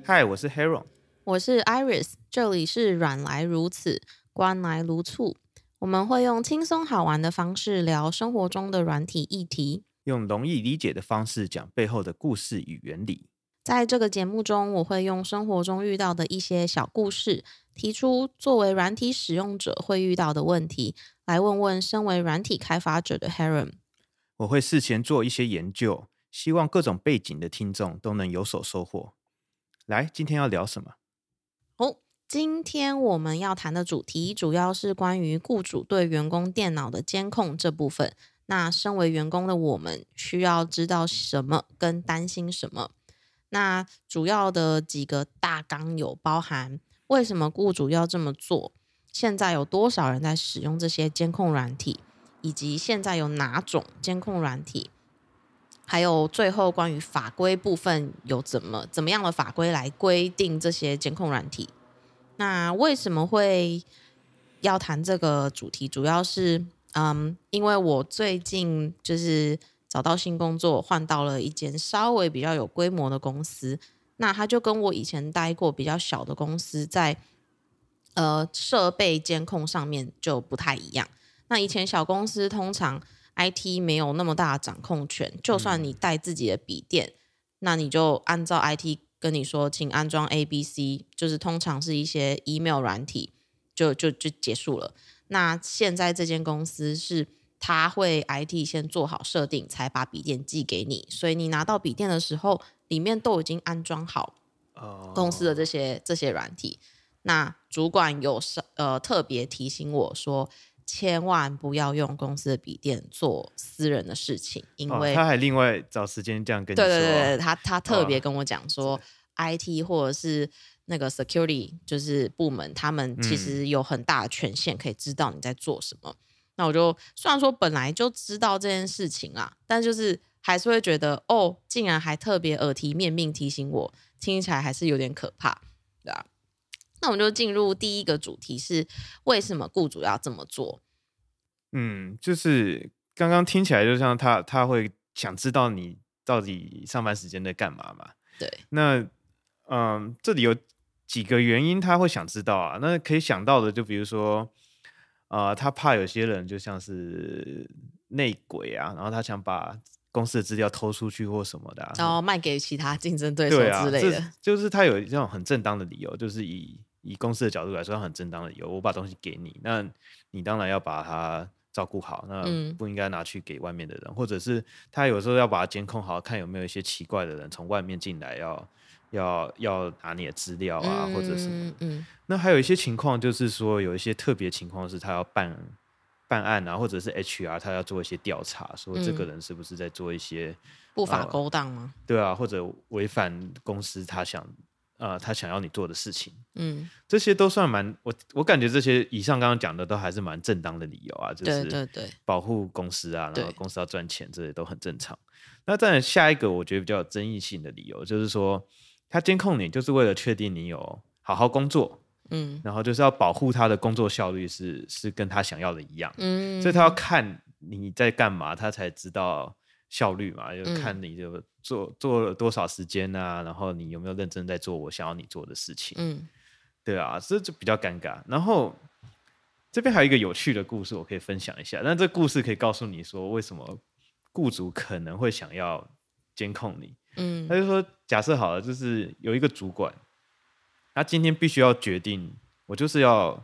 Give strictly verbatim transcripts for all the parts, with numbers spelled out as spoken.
嗨，我是 Heron， 我是 Iris， 这里是软来如此，关来如醋。我们会用轻松好玩的方式聊生活中的软体议题， 用容易理解的方式讲背后的故事与原理。 在这个节目中，我会用生活中遇到的一些小故事，提出作为软体使用者会遇到的问题，来问问身为软体开发者的 Heron。 我会事前做一些研究，希望各种背景的听众都能有所收获。来，今天要聊什么？ 哦，今天我们要谈的主题主要是关于雇主对员工电脑的监控这部分。那身为员工的我们需要知道什么跟担心什么？那主要的几个大纲有包含为什么雇主要这么做，现在有多少人在使用这些监控软体，以及现在有哪种监控软体，还有最后关于法规部分有怎么怎么样的法规来规定这些监控软体。那为什么会要谈这个主题，主要是嗯，因为我最近就是找到新工作，换到了一间稍微比较有规模的公司。那它就跟我以前待过比较小的公司在呃设备监控上面就不太一样。那以前小公司通常 I T 没有那么大的掌控权，就算你带自己的笔电，嗯、那你就按照 I T 跟你说请安装 A B C， 就是通常是一些 email 软体就就就结束了。那现在这间公司是他会 I T 先做好设定才把笔电寄给你，所以你拿到笔电的时候里面都已经安装好公司的这些、oh. 这些软体。那主管有呃特别提醒我说千万不要用公司的笔电做私人的事情，因为、 哦、他还另外找时间这样跟你说。 对对对，他他特别跟我讲说、哦、I T 或者是那个 security 就是部门，他们其实有很大的权限可以知道你在做什么、嗯、那我就虽然说本来就知道这件事情啦，但就是还是会觉得哦，竟然还特别耳提面命提醒我，听起来还是有点可怕，对啊。那我们就进入第一个主题，是为什么雇主要这么做。 嗯，就是刚刚听起来就像他他会想知道你到底上班时间在干嘛嘛。 对， 那嗯，这里有几个原因他会想知道啊。那可以想到的就比如说呃，他怕有些人就像是内鬼啊，然后他想把公司的资料偷出去或什么的、啊， 然後卖给其他竞争对手之类的、 啊、就是他有这种很正当的理由，就是以以公司的角度来说，他很正当的理由，我把东西给你，那你当然要把它照顾好，那不应该拿去给外面的人、嗯、或者是他有时候要把它监控好，看有没有一些奇怪的人从外面进来要要要拿你的资料啊、嗯、或者什么、嗯、那还有一些情况就是说有一些特别情况是他要办办案啊，或者是 H R 他要做一些调查，说这个人是不是在做一些、嗯、 不法勾当吗、呃、 对啊，或者违反公司他想呃，他想要你做的事情，嗯，这些都算蛮我我感觉这些以上刚刚讲的都还是蛮正当的理由啊，就是保护公司啊，然后公司要赚钱，这些都很正常。那再来下一个我觉得比较有争议性的理由，就是说他监控你就是为了确定你有好好工作，嗯，然后就是要保护他的工作效率是是跟他想要的一样，嗯，所以他要看你在干嘛，他才知道效率嘛，就看你就做、嗯、做了多少时间啊，然后你有没有认真在做我想要你做的事情，嗯，对啊，这就比较尴尬。然后这边还有一个有趣的故事我可以分享一下，但这故事可以告诉你说为什么雇主可能会想要监控你，嗯，他就说假设好了，就是有一个主管，他今天必须要决定，我就是要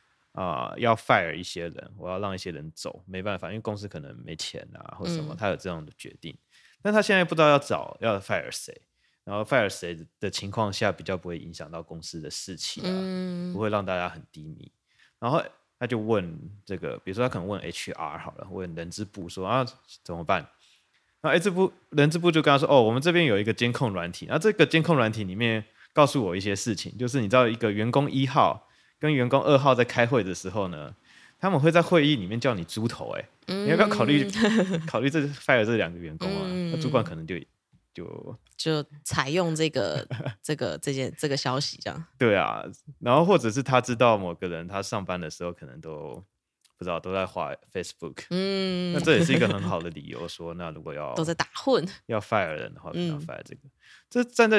Uh, 要 fire 一些人，我要让一些人走，没办法，因为公司可能没钱啊或什么、嗯、他有这样的决定，但他现在不知道要找要 fire 谁，然后 fire 谁的情况下比较不会影响到公司的士气啊、嗯、不会让大家很低迷，然后他就问这个，比如说他可能问 H R 好了，问人资部说啊怎么办，然后人资部人资部就跟他说哦，我们这边有一个监控软体，那这个监控软体里面告诉我一些事情，就是你知道一个员工一号跟员工二号在开会的时候呢，他们会在会议里面叫你猪头、欸嗯、你要不要考虑考虑这 fire 这两个员工啊、嗯、那主管可能就就就采用这个这个这件这个消息这样， 对啊，然后或者是他知道某个人他上班的时候可能都不知道都在滑 Facebook， 嗯，那这也是一个很好的理由说那如果要都在打混要 fire 人的话可能要 fire 这个、嗯、这站在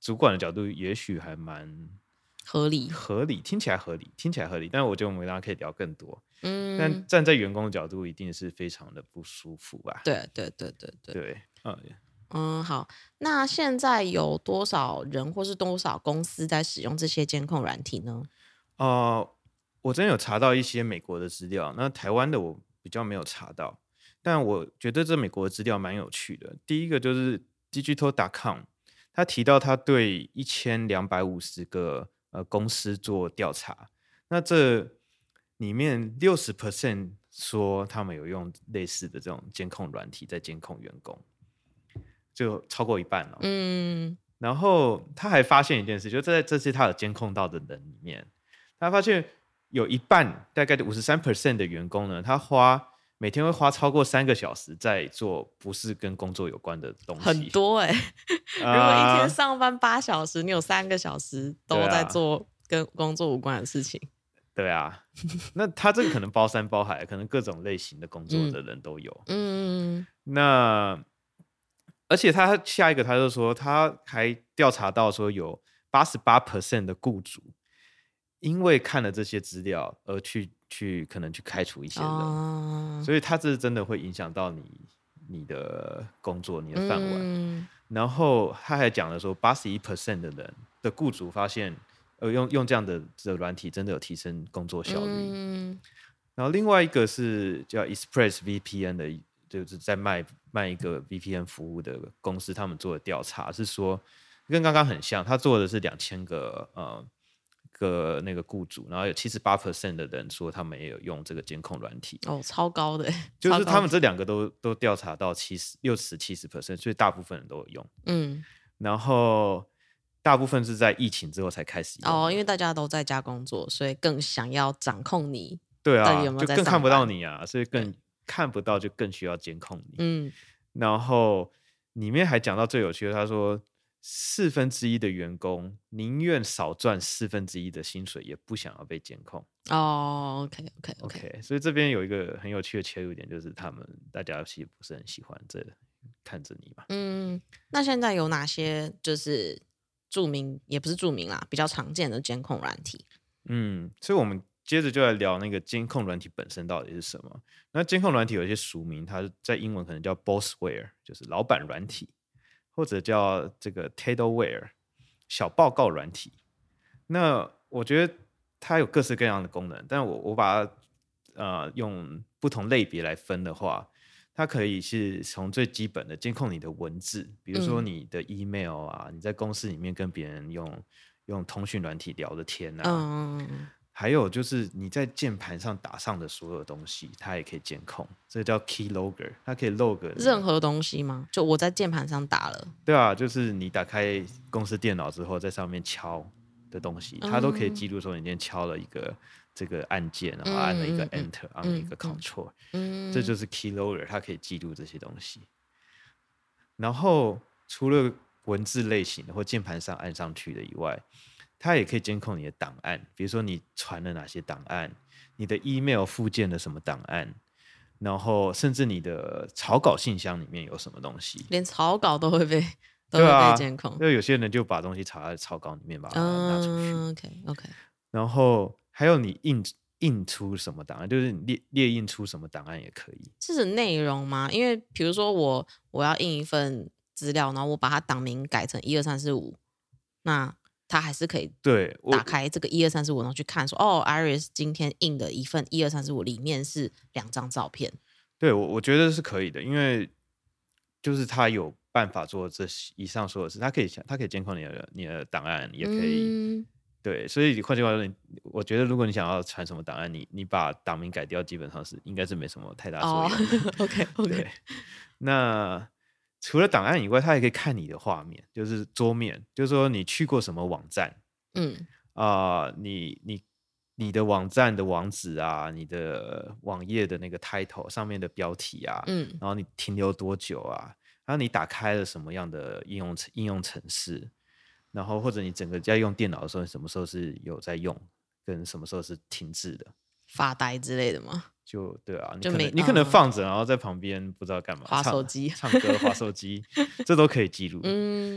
主管的角度，也许还蛮合理， 合理，听起来合理，听起来合理。但我觉得我们大家可以聊更多。嗯，但站在员工的角度，一定是非常的不舒服吧？ 对对对对对对，嗯嗯，好。那现在有多少人或是多少公司在使用这些监控软体呢？ 呃，我真的有查到一些美国的资料，那台湾的我比较没有查到。但我觉得这美国的资料蛮有趣的。第一个就是 digital dot com， 他提到他对一千两百五十个呃公司做调查，那这里面 百分之六十 说他们有用类似的这种监控软体在监控员工，就超过一半了。嗯，然后他还发现一件事，就在这些他有监控到的人里面，他发现有一半，大概 百分之五十三 的员工呢，他花每天会花超过三个小时在做不是跟工作有关的东西， 很多哎、欸。如果一天上班八小时，你有三个小时都在做跟工作无关的事情。 对啊，那他这个可能包山包海，可能各种类型的工作的人都有。嗯，那而且他下一个他就说，他还调查到说有 百分之八十八 的雇主因为看了这些资料而去去可能去开除一些人，哦、所以他这真的会影响到你你的工作你的饭碗。嗯、然后他还讲了说 百分之八十一 的人的雇主发现呃用用这样的的软体真的有提升工作效率。嗯、然后另外一个是叫 ExpressVPN 的，就是在卖卖一个 V P N 服务的公司，他们做的调查是说跟刚刚很像，他做的是两千个呃。个那个雇主，然后有 百分之七十八 的人说他们也有用这个监控软体。 哦，超高的， 就是他们这两个都都调查到六十、七十 percent， 所以大部分人都有用。嗯，然后大部分是在疫情之后才开始用。 哦，因为大家都在家工作，所以更想要掌控你。 对啊，有没有在上班，就更看不到你啊，所以更看不到就更需要监控你。嗯，然后里面还讲到最有趣的，他说。四分之一的员工宁愿少赚四分之一的薪水，也不想要被监控。 哦 ，OK OK OK， 所以这边有一个很有趣的切入点，就是他们大家其实不是很喜欢这看着你嘛。 嗯，那现在有哪些就是著名也不是著名啦，比较常见的监控软体？ 嗯，所以我们接着就来聊那个监控软体本身到底是什么。那监控软体有一些俗名，它在英文可能叫 Bossware， 就是老板软体。或者叫这个 Tailware 小报告软体，那我觉得它有各式各样的功能，但我我把它呃用不同类别来分的话，它可以是从最基本的监控你的文字，比如说你的 email 啊，嗯、你在公司里面跟别人用用通讯软体聊的天啊。嗯还有就是你在键盘上打上的所有东西，它也可以监控，这个叫 keylogger， 它可以 log 任何东西吗？就我在键盘上打了， 对啊，就是你打开公司电脑之后，在上面敲的东西，它都可以记录说你今天敲了一个这个按键，然后按了一个 enter，、嗯、按了一个 control，、嗯、这就是 keylogger， 它可以记录这些东西。然后除了文字类型的或键盘上按上去的以外，它也可以监控你的档案，比如说你传了哪些档案，你的 email 附件了什么档案，然后甚至你的草稿信箱里面有什么东西， 连草稿都会被都会被监控。 对啊，有些人就把东西藏在草稿里面把它拿出去。 嗯、OK OK。 然后还有你印印出什么档案，就是你列列印出什么档案也可以。 是指内容吗？因为比如说我我要印一份资料，然后我把它档名改成一二三四五，那他还是可以对打开这个一二三四五，然后去看说，哦 ，Iris 今天印的一份一二三四五里面是两张照片。 对，我我觉得是可以的，因为就是他有办法做这以上所有事，他可以他可以监控你的你的档案，也可以、嗯、对，所以换句话说，我觉得如果你想要传什么档案，你你把档名改掉，基本上是应该是没什么太大作用。 哦、OK OK。 对，那。除了档案以外，它也可以看你的画面，就是桌面，就是说你去过什么网站，嗯啊、呃，你你你的网站的网址啊，你的网页的那个 title 上面的标题啊，嗯，然后你停留多久啊，然后你打开了什么样的应用应用程式，然后或者你整个在用电脑的时候，你什么时候是有在用，跟什么时候是停滞的， 发呆之类的吗？ 就对啊，你可能你可能放着，然后在旁边不知道干嘛， 滑手机、 唱歌、滑手机，这都可以记录。嗯，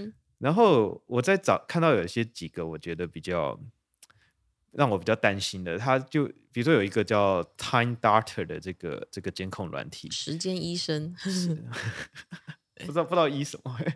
然后我在找看到有一些几个我觉得比较让我比较担心的，他就比如说有一个叫 Time Doctor 的这个这个监控软体， 时间医生， 不知道不知道医什么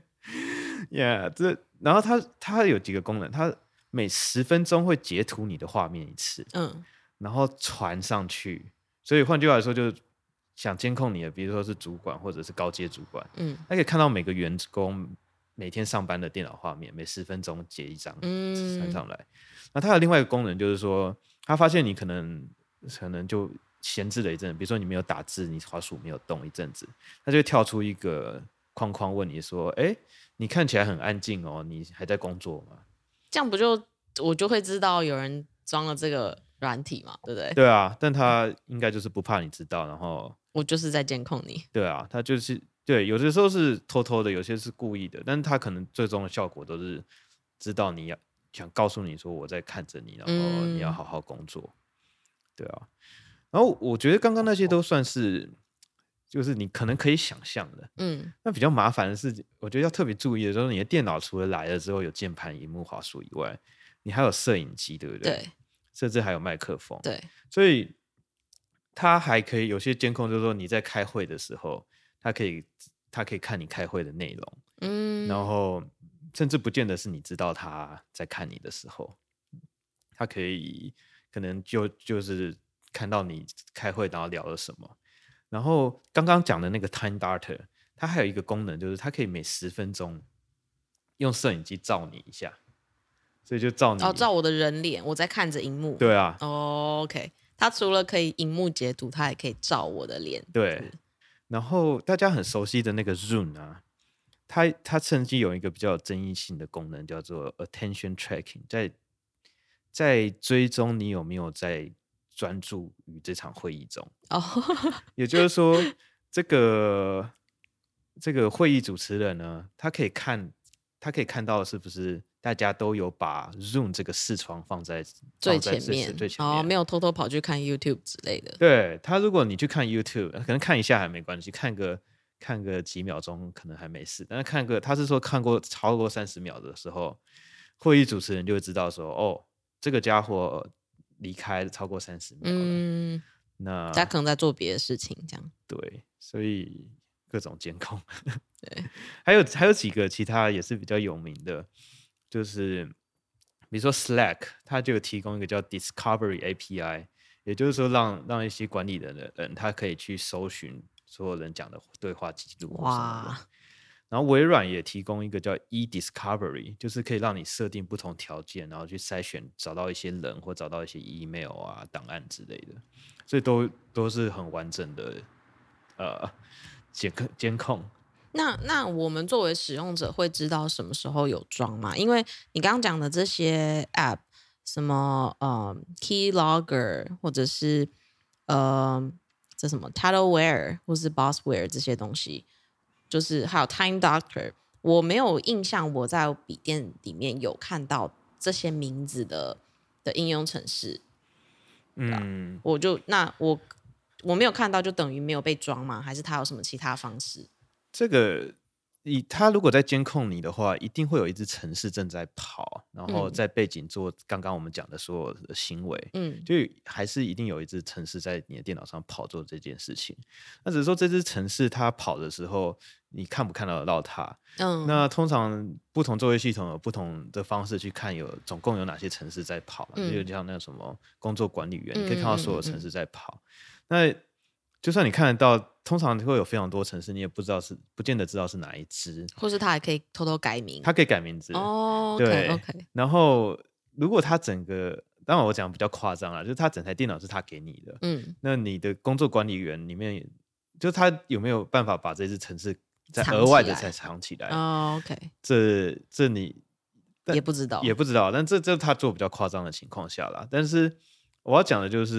，yeah， 这然后它它有几个功能，它每十分钟会截图你的画面一次，嗯，然后传上去，所以换句话来说，就是想监控你的，比如说是主管或者是高阶主管，嗯，他可以看到每个员工每天上班的电脑画面，每十分钟截一张传上来。嗯，那它的另外一个功能就是说，他发现你可能可能就闲置了一阵，比如说你没有打字，你滑鼠没有动一阵子，他就会跳出一个框框问你说：“哎，你看起来很安静哦，你还在工作吗？” 这样不就我就会知道有人装了这个软体嘛，对不对？ 对啊，但他应该就是不怕你知道，然后我就是在监控你。 对啊，他就是对，有的时候是偷偷的，有些是故意的，但是他可能最终的效果都是知道你要想告诉你说我在看着你，然后你要好好工作，嗯，对啊。然后我觉得刚刚那些都算是。就是你可能可以想象的，嗯，那比较麻烦的是，我觉得要特别注意的就是你的电脑除了来了之后有键盘、萤幕、滑鼠以外，你还有摄影机，对不对？ 对， 甚至还有麦克风， 对， 所以它还可以有些监控，就是说你在开会的时候，它可以它可以看你开会的内容，嗯，然后甚至不见得是你知道他在看你的时候，它可以可能就就是看到你开会然后聊了什么。然后刚刚讲的那个 Time Doctor， 它还有一个功能，就是它可以每十分钟用摄影机照你一下，所以就照你哦，照我的人脸，我在看着荧幕。 对啊， 哦 ，OK， 它除了可以荧幕截图，它也可以照我的脸。 对，然后大家很熟悉的那个 Zoom 啊，它它甚至有一个比较有争议性的功能，叫做 Attention Tracking， 在在追踪你有没有在专注于这场会议中，哦，也就是说，这个这个会议主持人呢，他可以看，他可以看到是不是大家都有把 Zoom 这个视窗放在最前面， 最前面， 哦，没有偷偷跑去看 YouTube 之类的。 对，他如果你去看 YouTube， 可能看一下还没关系，看个看个几秒钟可能还没事，但是看个他是说看过超过三十秒的时候，会议主持人就会知道说，哦，这个家伙离开超过三十秒了，嗯，那他可能在做别的事情，这样。 对，所以各种监控，对，还有还有几个其他也是比较有名的，就是比如说 Slack， 它就有提供一个叫 Discovery A P I， 也就是说让让一些管理人的人，他可以去搜寻所有人讲的对话记录或什么的。然后微软也提供一个叫 eDiscovery， 就是可以让你设定不同条件，然后去筛选找到一些人或找到一些 email 啊、档案之类的，所以都都是很完整的呃监控监控。 那那我们作为使用者会知道什么时候有装吗？因为你刚刚讲的这些 app， 什么呃 Keylogger 或者是呃这什么 Titleware 或是 Bossware 这些东西。就是还有 Time Doctor， 我没有印象我在笔电里面有看到这些名字的的应用程式，嗯，我就那我我没有看到，就等于没有被装吗？还是它有什么其他方式？ 这个以他如果在监控你的话，一定会有一支程式正在跑，然后在背景做刚刚我们讲的所有的行为，嗯，就还是一定有一支程式在你的电脑上跑做这件事情。那只是说这支程式它跑的时候，你看不看得到它？嗯，那通常不同作业系统有不同的方式去看有总共有哪些程式在跑嘛，嗯，就像那个什么工作管理员，嗯，你可以看到所有程式在跑。嗯，那就算你看得到，通常会有非常多程式，你也不知道是不见得知道是哪一支， 或是他还可以偷偷改名， 他可以改名字哦。 对 ，OK OK。 然后如果他整个，当然我讲比较夸张啦，就是他整台电脑是他给你的，嗯，那你的工作管理员里面，就他有没有办法把这支程式再额外的再藏起来？ 哦 ，OK。 这这你也不知道， 也不知道，但这这他做比较夸张的情况下啦。但是我要讲的就是。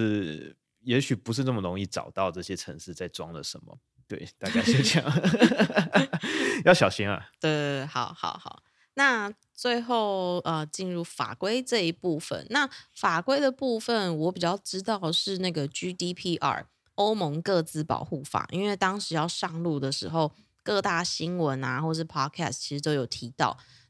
也许不是那么容易找到这些程式在装了什么，对，大概是这样，要小心啊。 对，好好好。那最后呃，进入法规这一部分。那法规的部分，我比较知道是那个 G D P R 欧盟个资保护法，因为当时要上路的时候，各大新闻啊，或是 podcast 其实都有提到。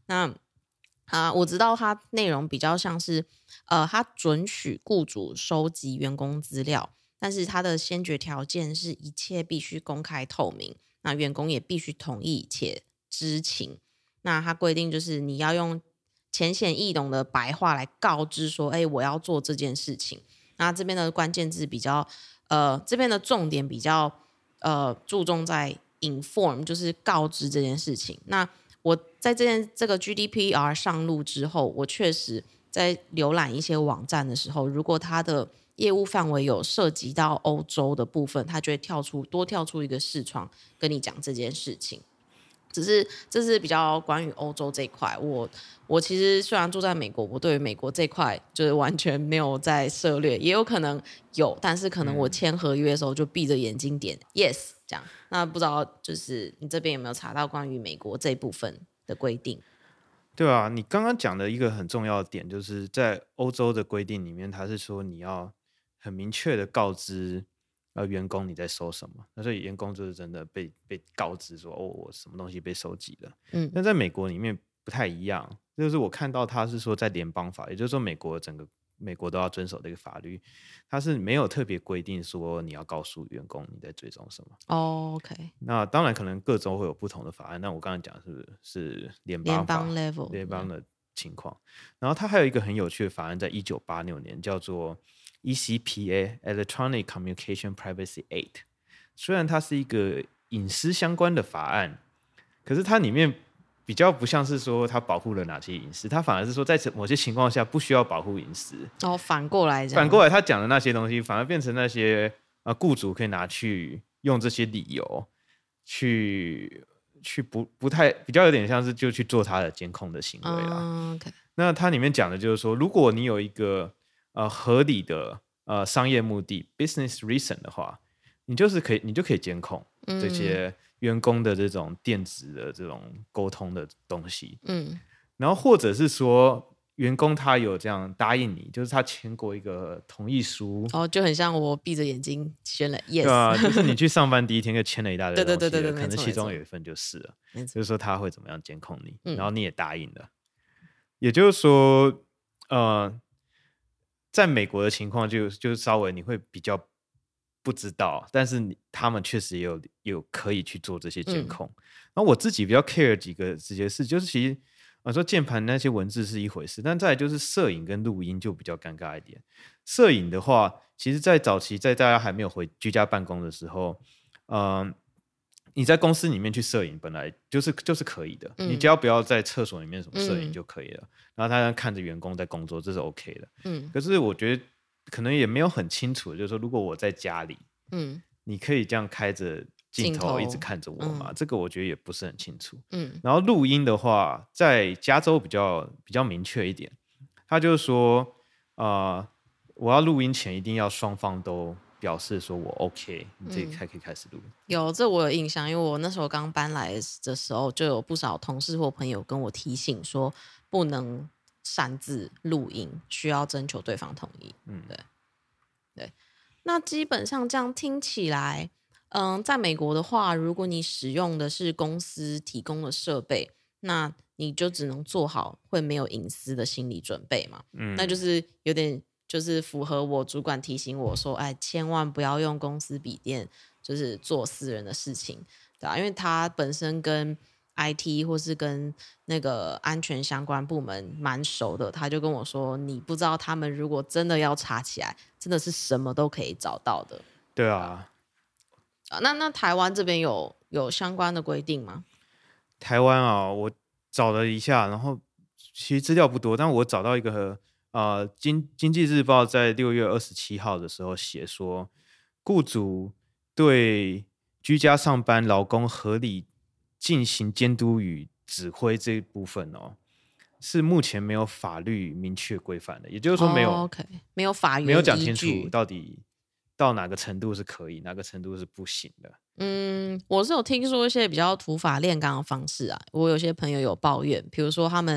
那啊，我知道它内容比较像是，呃，它准许雇主收集员工资料，但是它的先决条件是一切必须公开透明，那员工也必须同意且知情。那它规定就是你要用浅显易懂的白话来告知说，哎，我要做这件事情。那这边的关键字比较，呃，这边的重点比较，呃，注重在 inform， 就是告知这件事情。那我在这件这个 G D P R 上路之后，我确实在浏览一些网站的时候，如果它的业务范围有涉及到欧洲的部分，它就会跳出多跳出一个视窗跟你讲这件事情。只是这是比较关于欧洲这一块，我我其实虽然住在美国，我对于美国这块就是完全没有在涉猎，也有可能有，但是可能我签合约的时候就闭着眼睛点、嗯、yes 这样。那不知道就是你这边有没有查到关于美国这部分的规定？ 对啊，你刚刚讲的一个很重要的点，就是在欧洲的规定里面，它是说你要很明确的告知呃员工你在收什么，那所以员工就是真的被被告知说哦我什么东西被收集了。嗯，但在美国里面不太一样，就是我看到他是说在联邦法，也就是说美国整个美国都要遵守这个法律，它是没有特别规定说你要告诉员工你在追踪什么。 哦、oh, OK。 那当然可能各州会有不同的法案，那我刚才讲的是是联邦法， 联邦 level 联邦的情况。然后它还有一个很有趣的法案，在一九八六年叫做E C P A Electronic Communication Privacy Act， 虽然它是一个隐私相关的法案，可是它里面比较不像是说它保护了哪些隐私，它反而是说在某些情况下不需要保护隐私。 哦，反过来这样， 反过来他讲的那些东西反而变成那些、呃、雇主可以拿去用这些理由去去不不太比较有点像是就去做他的监控的行为啦。 嗯 okay。 那它里面讲的就是说，如果你有一个呃合理的呃商业目的 business reason 的话，你就是可以你就可以监控这些员工的这种电子的这种沟通的东西。嗯，然后或者是说员工他有这样答应你，就是他签过一个同意书。 哦，就很像我闭着眼睛签了 yes。 对啊，就是你去上班第一天就签了一大堆东西。 对对对对， 可能其中有一份就是了，就是说他会怎么样监控你、嗯、然后你也答应了。也就是说呃，在美国的情况就就稍微你会比较不知道，但是他们确实也有有可以去做这些监控、嗯、然后我自己比较 care 几个这些事，就是其实我说键盘那些文字是一回事，但再来就是摄影跟录音就比较尴尬一点。摄影的话，其实在早期在大家还没有回居家办公的时候，呃，你在公司里面去摄影本来就是就是可以的、嗯、你只要不要在厕所里面什么摄影就可以了、嗯、然后他看着员工在工作，这是 OK 的。嗯，可是我觉得可能也没有很清楚，就是说如果我在家里，嗯，你可以这样开着镜头一直看着我嘛、嗯、这个我觉得也不是很清楚。嗯，然后录音的话在加州比较比较明确一点，他就是说呃，我要录音前一定要双方都表示说我 OK， 你自己才可以开始录、嗯、 有，这我有印象，因为我那时候刚搬来的时候就有不少同事或朋友跟我提醒说不能擅自录音，需要征求对方同意。嗯，对对。那基本上这样听起来嗯，在美国的话，如果你使用的是公司提供的设备，那你就只能做好会没有隐私的心理准备嘛。嗯，那就是有点就是符合我主管提醒我说，哎，千万不要用公司笔电就是做私人的事情，对啊，因为他本身跟 I T 或是跟那个安全相关部门蛮熟的，他就跟我说，你不知道他们如果真的要查起来，真的是什么都可以找到的。 对啊。 啊、那那台湾这边有有相关的规定吗？ 台湾啊，我找了一下，然后其实资料不多，但我找到一个呃经经济日报在六月二十七号的时候写说，雇主对居家上班劳工合理进行监督与指挥这一部分哦，是目前没有法律明确规范的，也就是说没有、 oh, okay. 没有法源依据， 没有讲清楚到底到哪个程度是可以，哪个程度是不行的。 嗯，我是有听说一些比较土法炼钢的方式啊，我有些朋友有抱怨，比如说他们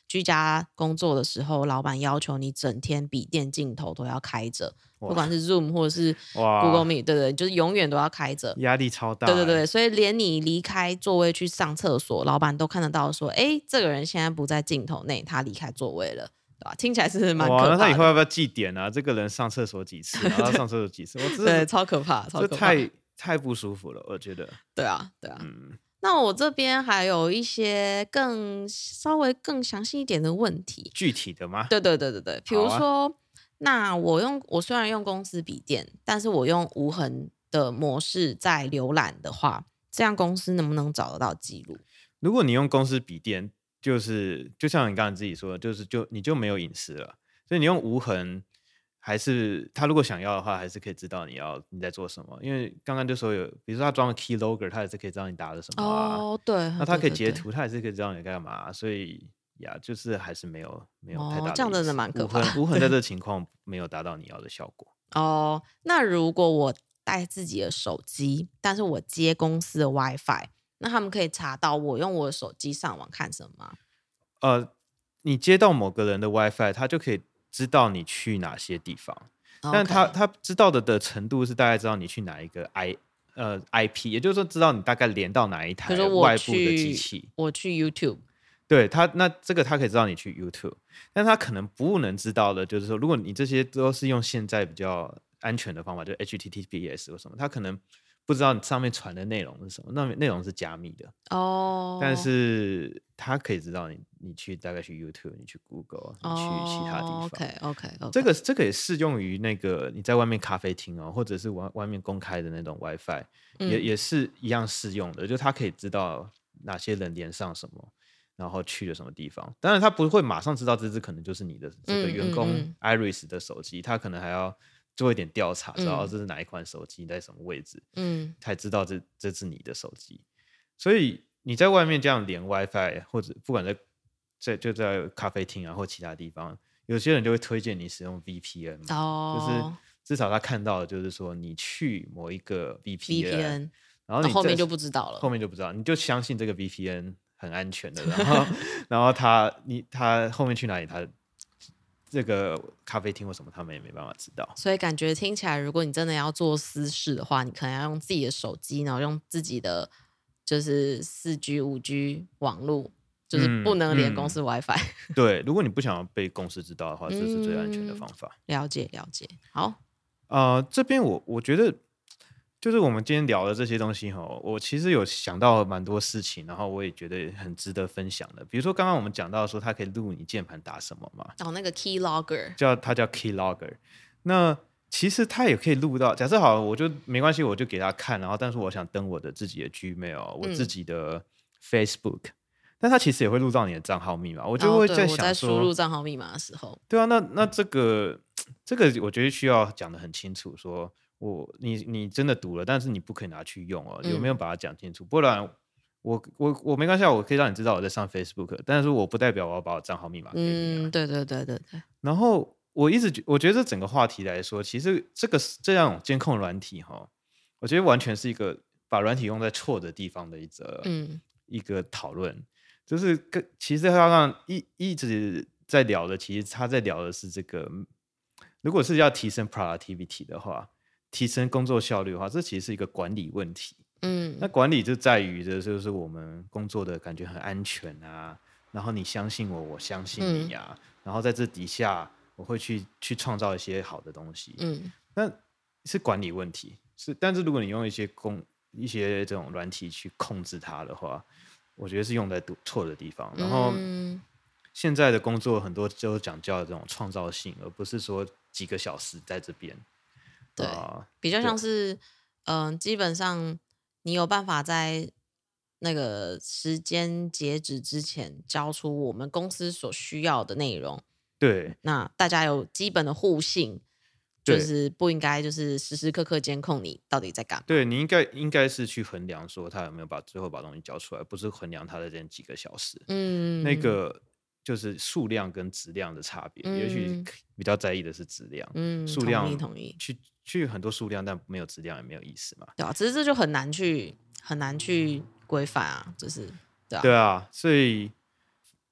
居家工作的时候，老板要求你整天笔电镜头都要开着，不管是 Zoom 或者是 Google Meet， 对对，就是永远都要开着， 压力超大、 欸。对对对，所以连你离开座位去上厕所，老板都看得到说，哎，这个人现在不在镜头内，他离开座位了。对吧？听起来是蛮可怕的。 哇，那他以后要不要记点啊？这个人上厕所几次，然后上厕所几次？我对，超可怕，超可怕， 这太太不舒服了，我觉得。 对啊，对啊。嗯，那我这边还有一些更稍微更详细一点的问题， 具体的吗？ 对对对对对，比如说，啊、那我用我虽然用公司笔电，但是我用无痕的模式在浏览的话，这样公司能不能找得到记录？ 如果你用公司笔电。就是就像你刚才自己说的，就是就你就没有隐私了，所以你用无痕，还是他如果想要的话，还是可以知道你要你在做什么。因为刚刚就说有，比如说他装了 keylogger， 他也是可以知道你打了什么啊。 哦，对。 那他可以截图，他也是可以知道你干嘛。所以呀，就是还是没有没有太大的、哦、 这样真的蛮可怕的。 无痕无痕在这情况没有达到你要的效果。 哦，那如果我带自己的手机，但是我接公司的 WiFi。那他们可以查到我用我的手机上网看什么吗？ 呃，你接到某个人的 WiFi， 他就可以知道你去哪些地方， okay. 但他他知道的的程度是大概知道你去哪一个 I 呃 I P， 也就是说知道你大概连到哪一台外部的机器。 我去 YouTube， 对他，那这个他可以知道你去 YouTube， 但他可能不能知道的就是说，如果你这些都是用现在比较安全的方法，就是 H T T P S 或什么，他可能不知道你上面传的内容是什么，那内容是加密的哦。但是他可以知道你，你去大概去 YouTube， 你去 Google， 你去其他地方。 哦、OK OK OK。 这个这个也适用于那个你在外面咖啡厅哦，或者是外外面公开的那种 WiFi，、嗯、也也是一样适用的，就他可以知道哪些人连上什么，然后去了什么地方。当然他不会马上知道这只可能就是你的这个员工 Iris 的手机，嗯嗯嗯，他可能还要做一点调查，知道这是哪一款手机在什么位置，嗯，才知道这这是你的手机。所以你在外面这样连 WiFi， 或者不管在在就在咖啡厅啊或其他地方，有些人就会推荐你使用 V P N，哦，就是至少他看到的就是说你去某一个 V P N，, V P N 然后你后面就不知道了， 后面就不知道，你就相信这个 V P N 很安全的，然后然后他你他后面去哪里他。这个咖啡厅或什么他们也没办法知道， 所以感觉听起来如果你真的要做私事的话，你可能要用自己的手机，然后用自己的就是四 G 五 G 网路，就是不能连公司 WiFi、嗯嗯、对，如果你不想要被公司知道的话，这是最安全的方法、 嗯、了解了解。好， 呃，这边我我觉得就是我们今天聊的这些东西我其实有想到蛮多事情，然后我也觉得很值得分享的。比如说刚刚我们讲到说它可以录你键盘打什么嘛， 哦，那个 keylogger 叫它叫 keylogger。那其实它也可以录到，假设好我就没关系，我就给他看，然后但是我想登我的自己的 Gmail， 我自己的 Facebook、嗯、但它其实也会录到你的账号密码，我就会在想说、哦、 我在输入账号密码的时候， 对啊，那那这个这个我觉得需要讲得很清楚，说我你你真的读了，但是你不可以拿去用哦，有没有把它讲清楚？嗯、不然我我我没关系，我可以让你知道我在上 Facebook， 但是我不代表我要把我账号密码给你、啊。嗯， 对对对对对。 然后我一直我觉得这整个话题来说，其实这个这样监控软体哈，我觉得完全是一个把软体用在错的地方的一则、嗯、一个讨论，就是跟其实他让一一直在聊的，其实他在聊的是这个，如果是要提升 productivity 的话。提升工作效率的话，这其实是一个管理问题。嗯，那管理就在于的就是我们工作的感觉很安全啊，然后你相信我，我相信你啊，嗯、然后在这底下我会去去创造一些好的东西。嗯，那是管理问题。是，但是如果你用一些工一些这种软体去控制它的话，我觉得是用在错的地方。然后、嗯、现在的工作很多就讲究这种创造性，而不是说几个小时在这边。 对，比较像是，嗯、呃，基本上你有办法在那个时间截止之前交出我们公司所需要的内容。 对， 那大家有基本的互信，就是不应该就是时时刻刻监控你到底在干嘛。 对，你应该应该是去衡量说他有没有把最后把东西交出来，不是衡量他的这几个小时。嗯，那个。就是数量跟质量的差别、嗯，也许比较在意的是质量。嗯，数量同意同意。 去去很多数量，但没有质量也没有意思嘛。 对啊，只是这就很难去很难去规范啊，就是对啊。 对啊，所以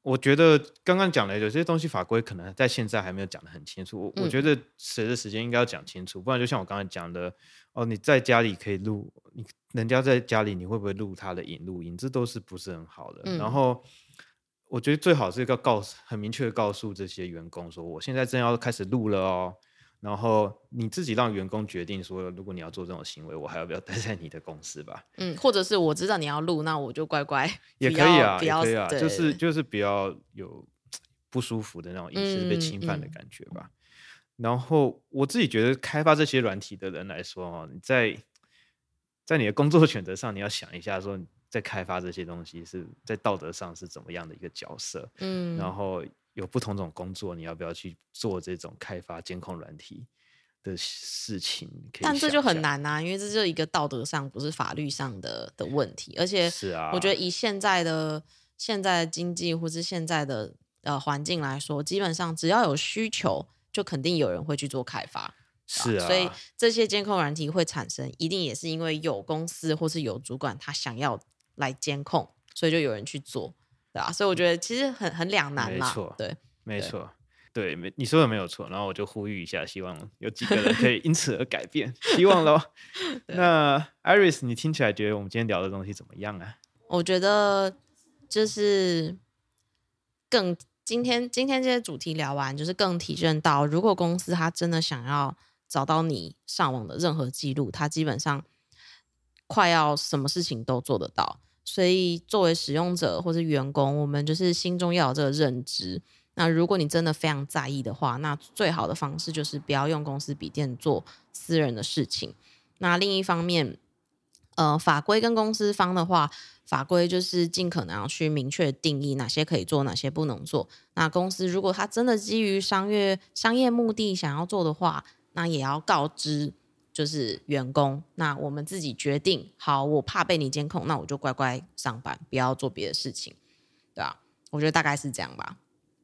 我觉得刚刚讲的有些东西法规可能在现在还没有讲得很清楚，我、嗯、我觉得随着时间应该要讲清楚，不然就像我刚才讲的，哦，你在家里可以录，你人家在家里你会不会录他的影录音，这都是不是很好的。嗯、然后我觉得最好是要告诉很明确的告诉这些员工说，我现在正要开始录了哦。然后你自己让员工决定说，如果你要做这种行为，我还要不要待在你的公司吧？ 嗯，或者是我知道你要录，那我就乖乖也可以啊，也可以啊，就是就是比较有不舒服的那种隐私被侵犯的感觉吧。嗯嗯、然后我自己觉得，开发这些软体的人来说，你在在你的工作选择上，你要想一下说，在开发这些东西是在道德上是怎么样的一个角色？嗯，然后。有不同种工作，你要不要去做这种开发监控软体的事情？可以但这就很难啊，因为这就是一个道德上不是法律上的的问题，而且是啊， 我觉得以现在的现在的经济或是现在的呃环境来说，基本上只要有需求，就肯定有人会去做开发。 是啊， 所以这些监控软体会产生，一定也是因为有公司或是有主管他想要来监控，所以就有人去做。对啊，所以我觉得其实很很两难啦。 没错， 对， 没错，对，没你说的没有错。然后我就呼吁一下，希望有几个人可以因此而改变，希望咯。那 Iris， 你听起来觉得我们今天聊的东西怎么样啊？ 我觉得就是更今天今天这些主题聊完，就是更体认到，如果公司他真的想要找到你上网的任何记录，他基本上快要什么事情都做得到。所以作为使用者或是员工，我们就是心中要有这个认知。那如果你真的非常在意的话，那最好的方式就是不要用公司笔电做私人的事情。那另一方面，呃，法规跟公司方的话，法规就是尽可能要去明确定义哪些可以做，哪些不能做。那公司如果他真的基于商业商业目的想要做的话，那也要告知。就是员工，那我们自己决定好，我怕被你监控，那我就乖乖上班，不要做别的事情，对吧？我觉得大概是这样吧。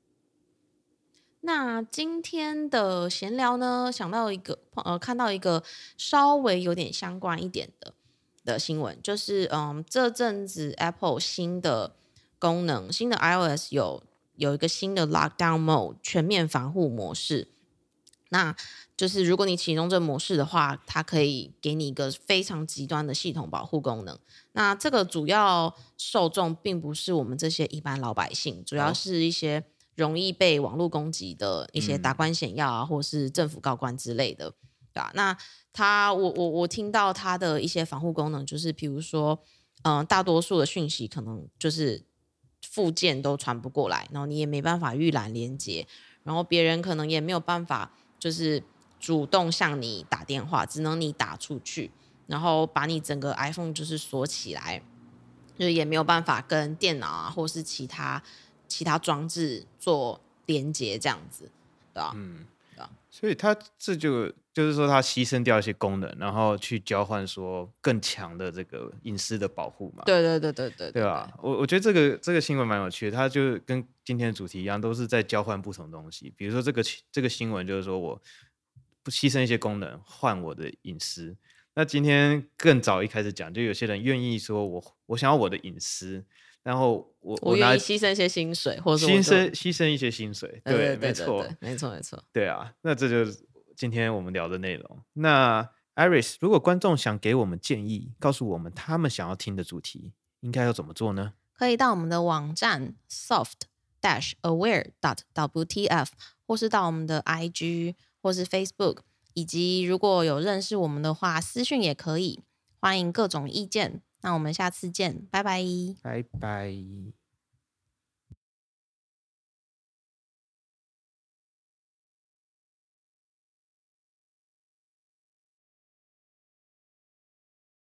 那今天的闲聊呢，想到一个呃，看到一个稍微有点相关一点的的新闻，就是嗯，这阵子 Apple 新的功能，新的 iOS 有有一个新的 Lockdown Mode 全面防护模式。那就是如果你启动这模式的话，它可以给你一个非常极端的系统保护功能。那这个主要受众并不是我们这些一般老百姓，主要是一些容易被网络攻击的一些达官显要啊，嗯、或是政府高官之类的，对吧？那它我我我听到它的一些防护功能，就是比如说，嗯、呃，大多数的讯息可能就是附件都传不过来，然后你也没办法预览连接，然后别人可能也没有办法。就是主动向你打电话，只能你打出去，然后把你整个 iPhone 就是锁起来，就是也没有办法跟电脑啊或是其他其他装置做连接，这样子，对吧？ 嗯，对吧？所以它这就就是说，它牺牲掉一些功能，然后去交换说更强的这个隐私的保护嘛。 对对对对对， 对吧？我我觉得这个这个新闻蛮有趣的，它就跟今天的主题一样，都是在交换不同东西。比如说这个这个新闻就是说我不牺牲一些功能换我的隐私。那今天更早一开始讲，就有些人愿意说我我想要我的隐私，然后我我愿意牺牲一些薪水，或者牺牲牺牲一些薪水，对， 对对对没错， 没错没错， 对啊，那这就是今天我们聊的内容。那 Iris， 如果观众想给我们建议，告诉我们他们想要听的主题，应该要怎么做呢？ 可以到我们的网站 soft dash aware dot w t f， 或是到我们的 I G 或是 Facebook， 以及如果有认识我们的话，私讯也可以，欢迎各种意见。那我们下次见，拜拜， 拜拜。